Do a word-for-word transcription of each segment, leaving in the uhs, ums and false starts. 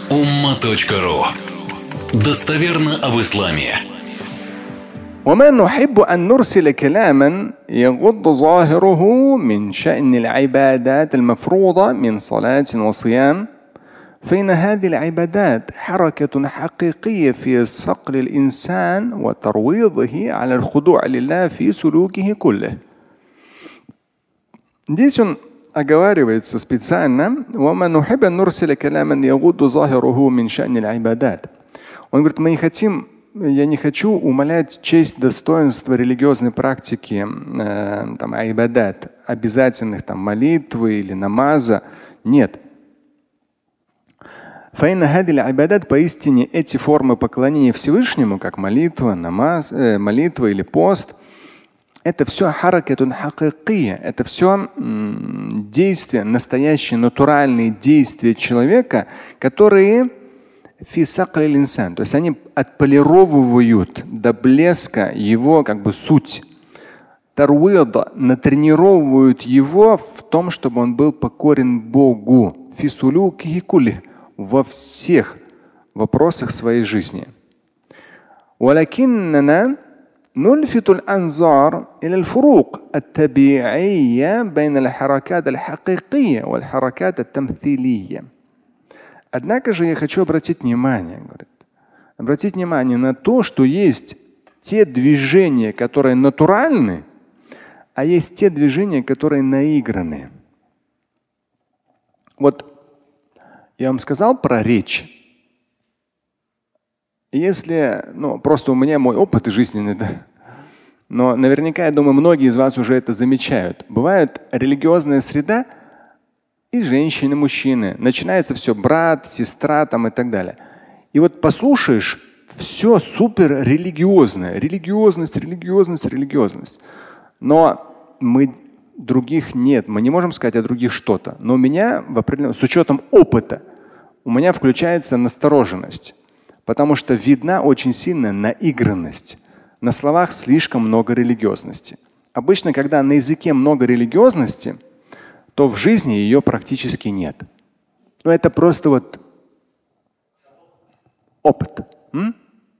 умма точка ру. Достоверно об исламе. وما نحب أن نرسل كلاما يغض ظاهره من شأن العبادات المفروضة من صلاة وصيام، فإن هذه العبادات حركة حقيقية في صقل الإنسان وترويضه على الخضوع لله في سلوكه كله. Здесь он оговаривается специально: وما نحب أن نرسل كلاما يغض ظاهره من شأن العبادات. Он говорит, мы не хотим Я не хочу умалять честь, достоинство религиозной практики, э, там, айбадат, обязательных там, молитвы или намаза. Нет. Фаина хадиль айбадат, поистине эти формы поклонения Всевышнему, как молитва, намаз, э, молитва или пост, это все харакатун хакикия, это все м, действия, настоящие натуральные действия человека, которые фисакль-инсан, то есть они отполировывают до блеска его как бы суть. Тарвида, натренировывают его в том, чтобы он был покорен Богу. Фисулюки кули, во всех вопросах своей жизни. ولكننا نلفت الأنظار إلى الفروق الطبيعية بين الحركات الحقيقية والحركات التمثيلية. Однако же я хочу обратить внимание, говорит, обратить внимание на то, что есть те движения, которые натуральны, а есть те движения, которые наиграны. Вот я вам сказал про речь. Если, ну, просто у меня мой опыт жизненный, да, но наверняка, я думаю, многие из вас уже это замечают. Бывает религиозная среда, и женщины, и мужчины. Начинается все брат, сестра там и так далее. И вот послушаешь, все супер религиозное. Религиозность, религиозность, религиозность. Но мы других нет. Мы не можем сказать о других что-то. Но у меня, в определенном, с учетом опыта, у меня включается настороженность. Потому что видна очень сильная наигранность. На словах слишком много религиозности. Обычно, когда на языке много религиозности, то в жизни ее практически нет. Но это просто вот опыт. М?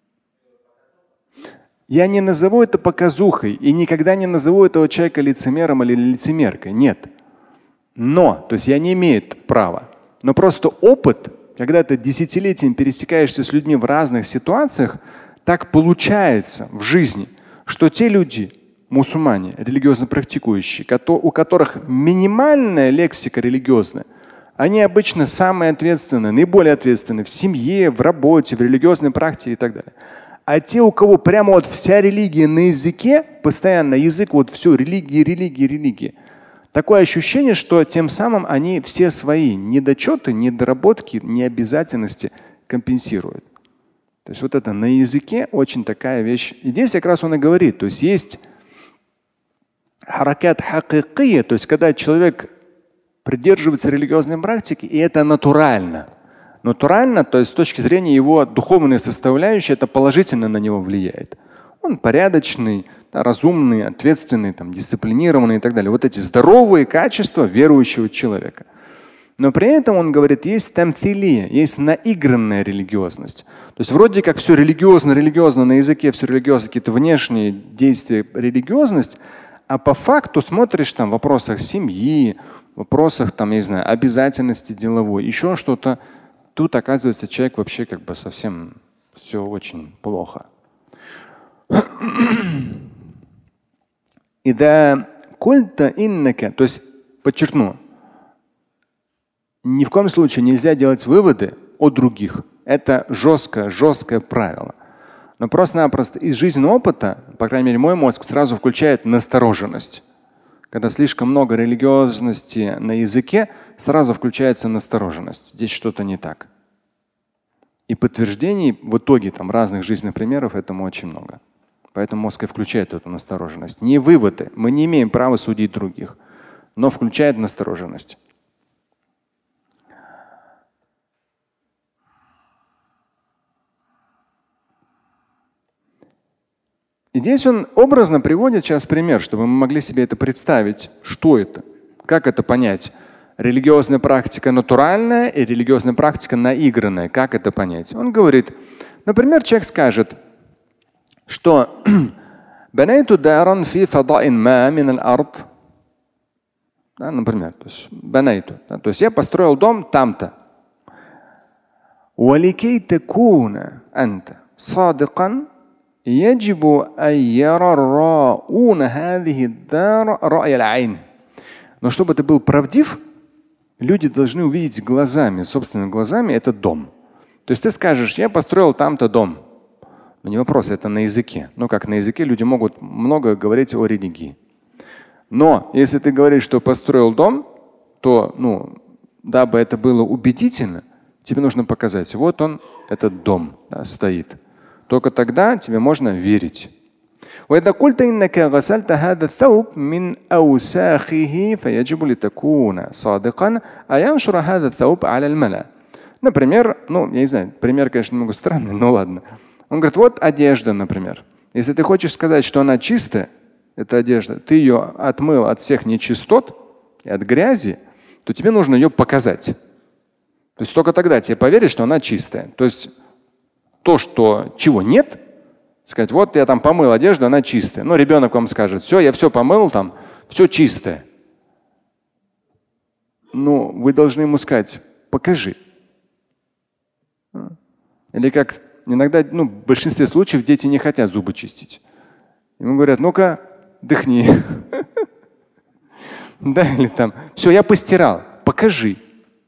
Я не назову это показухой и никогда не назову этого человека лицемером или лицемеркой. Нет. Но, то есть я не имею права. Но просто опыт, когда ты десятилетиями пересекаешься с людьми в разных ситуациях, так получается в жизни, что те люди, мусульмане, религиозно практикующие, у которых минимальная лексика религиозная, они обычно самые ответственные, наиболее ответственные в семье, в работе, в религиозной практике и так далее. А те, у кого прямо вот вся религия на языке, постоянно язык, вот все, религия, религия, религия. Такое ощущение, что тем самым они все свои недочеты, недоработки, необязательности компенсируют. То есть вот это на языке очень такая вещь. И здесь как раз он и говорит, то есть есть харакат хакикия, то есть когда человек придерживается религиозной практики, и это натурально. Натурально, то есть с точки зрения его духовной составляющей, это положительно на него влияет. Он порядочный, да, разумный, ответственный, там, дисциплинированный и так далее. Вот эти здоровые качества верующего человека. Но при этом он говорит, есть тамфилия, есть наигранная религиозность. То есть вроде как все религиозно, религиозно на языке, все религиозно, какие-то внешние действия, религиозность. А по факту смотришь там в вопросах семьи, в вопросах там, я не знаю, обязательности деловой, еще что-то. Тут оказывается человек вообще как бы совсем все очень плохо. И да, культа иннака, то есть подчеркну, ни в коем случае нельзя делать выводы о других. Это жесткое, жесткое правило. Но просто-напросто из жизненного опыта, по крайней мере, мой мозг сразу включает настороженность. Когда слишком много религиозности на языке, сразу включается настороженность. Здесь что-то не так. И подтверждений в итоге там, разных жизненных примеров этому очень много. Поэтому мозг и включает эту настороженность. Не выводы. Мы не имеем права судить других, но включает настороженность. И здесь он образно приводит сейчас пример, чтобы мы могли себе это представить, что это, как это понять. религиозная практика натуральная и религиозная практика наигранная. Как это понять? Он говорит, например, человек скажет, что «Банайту даран фи фадаин ма мин аль-ард». Да, например, то есть, банайту, да, то есть я построил дом там-то. وَلِكَيْ تَكُونَ أَنْتَ صَادِقًا يَجِبُ أَنْ يَرَى الرَّاؤُونَ هَذِهِ الدَّارَ رَأْيَ الْعَيْنِ. Но чтобы ты был правдив, люди должны увидеть глазами, собственными глазами этот дом. То есть ты скажешь, я построил там-то дом. Но не вопрос, это на языке. Ну как на языке люди могут много говорить о религии. Но если ты говоришь, что построил дом, то, ну, дабы это было убедительно, тебе нужно показать, вот он, этот дом, да, стоит. Только тогда тебе можно верить. Например, ну, я не знаю, пример, конечно, немного странный, но ладно. Он говорит, вот одежда, например. Если ты хочешь сказать, что она чистая, эта одежда, ты ее отмыл от всех нечистот и от грязи, то тебе нужно ее показать. То есть только тогда тебе поверят, что она чистая. То есть то, что чего нет, сказать, вот я там помыл одежду, она чистая. Ну, ребенок вам скажет, все, я все помыл, там, все чистое. Ну, вы должны ему сказать, покажи. Или как иногда, ну, в большинстве случаев дети не хотят зубы чистить. Ему говорят, ну-ка, дыхни. Да, или там, все, я постирал, покажи.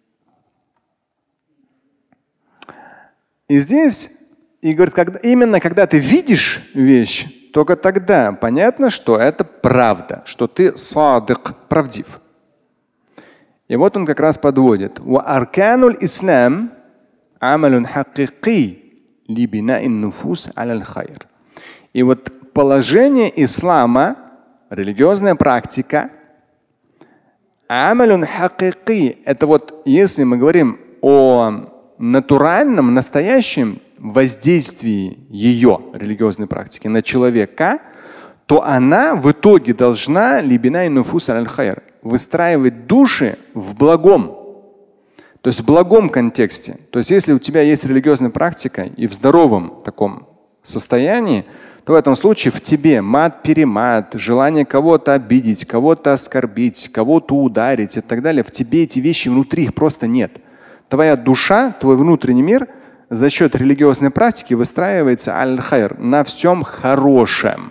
И здесь, и говорит, когда, именно когда ты видишь вещь, только тогда понятно, что это правда, что ты садык, правдив. И вот он как раз подводит. وَأَرْكَانُ الْإِسْلَامِ عَمَلٌ حَقِّقِي لِبِنَاءِ النُّفُوسِ عَلَى الْخَيْرِ. И вот положение ислама, религиозная практика, амалюн хакики, это вот если мы говорим о натуральном, настоящем воздействии ее религиозной практики на человека, то она в итоге должна либинай нуфус аль-хайр выстраивать души в благом, то есть в благом контексте. То есть если у тебя есть религиозная практика и в здоровом таком состоянии, то в этом случае в тебе мат-перемат, желание кого-то обидеть, кого-то оскорбить, кого-то ударить и так далее, в тебе эти вещи внутри, их просто нет. Твоя душа, твой внутренний мир за счет религиозной практики выстраивается аль-хайр, на всем хорошем.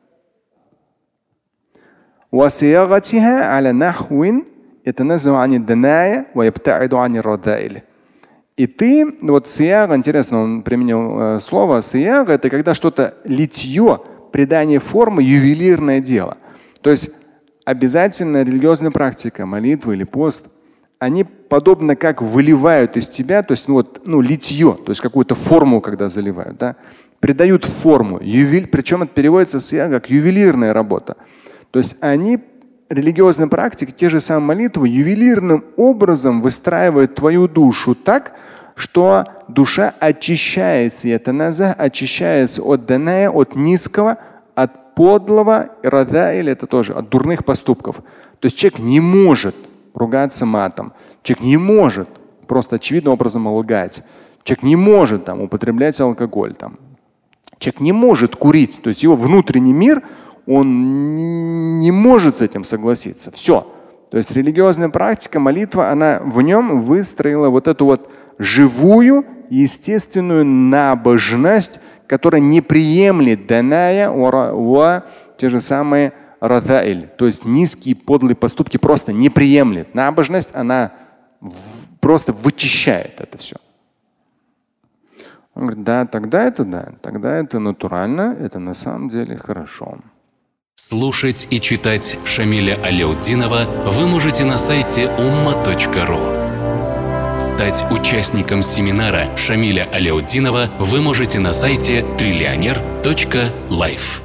И ты, вот сияга, интересно, он применил э, слово сияга, это когда что-то литье, придание формы, ювелирное дело. То есть обязательно религиозная практика, молитва или пост, они подобно как выливают из тебя, то есть ну, вот, ну, литье, то есть какую-то форму, когда заливают, да, придают форму. Ювель, причем это переводится сияга как ювелирная работа. То есть они, религиозная практика, те же самые молитвы, ювелирным образом выстраивают твою душу так, что душа очищается, и это наза очищается от даная, от низкого, от подлого, рада, или это тоже от дурных поступков. То есть человек не может ругаться матом, человек не может просто очевидным образом лгать, человек не может там, употреблять алкоголь, там. Человек не может курить, то есть его внутренний мир, он не может с этим согласиться. Все. То есть религиозная практика, молитва, она в нем выстроила вот эту вот живую, естественную набожность, которая не приемлет даная уа, те же самые радаиль, то есть низкие подлые поступки просто не приемлет. Набожность, она в, просто вычищает это все. Он говорит, да, тогда это да, тогда это натурально, это на самом деле хорошо. Слушать и читать Шамиля Аляутдинова вы можете на сайте умма точка ру. Стать участником семинара Шамиля Аляутдинова вы можете на сайте триллионер точка лайф.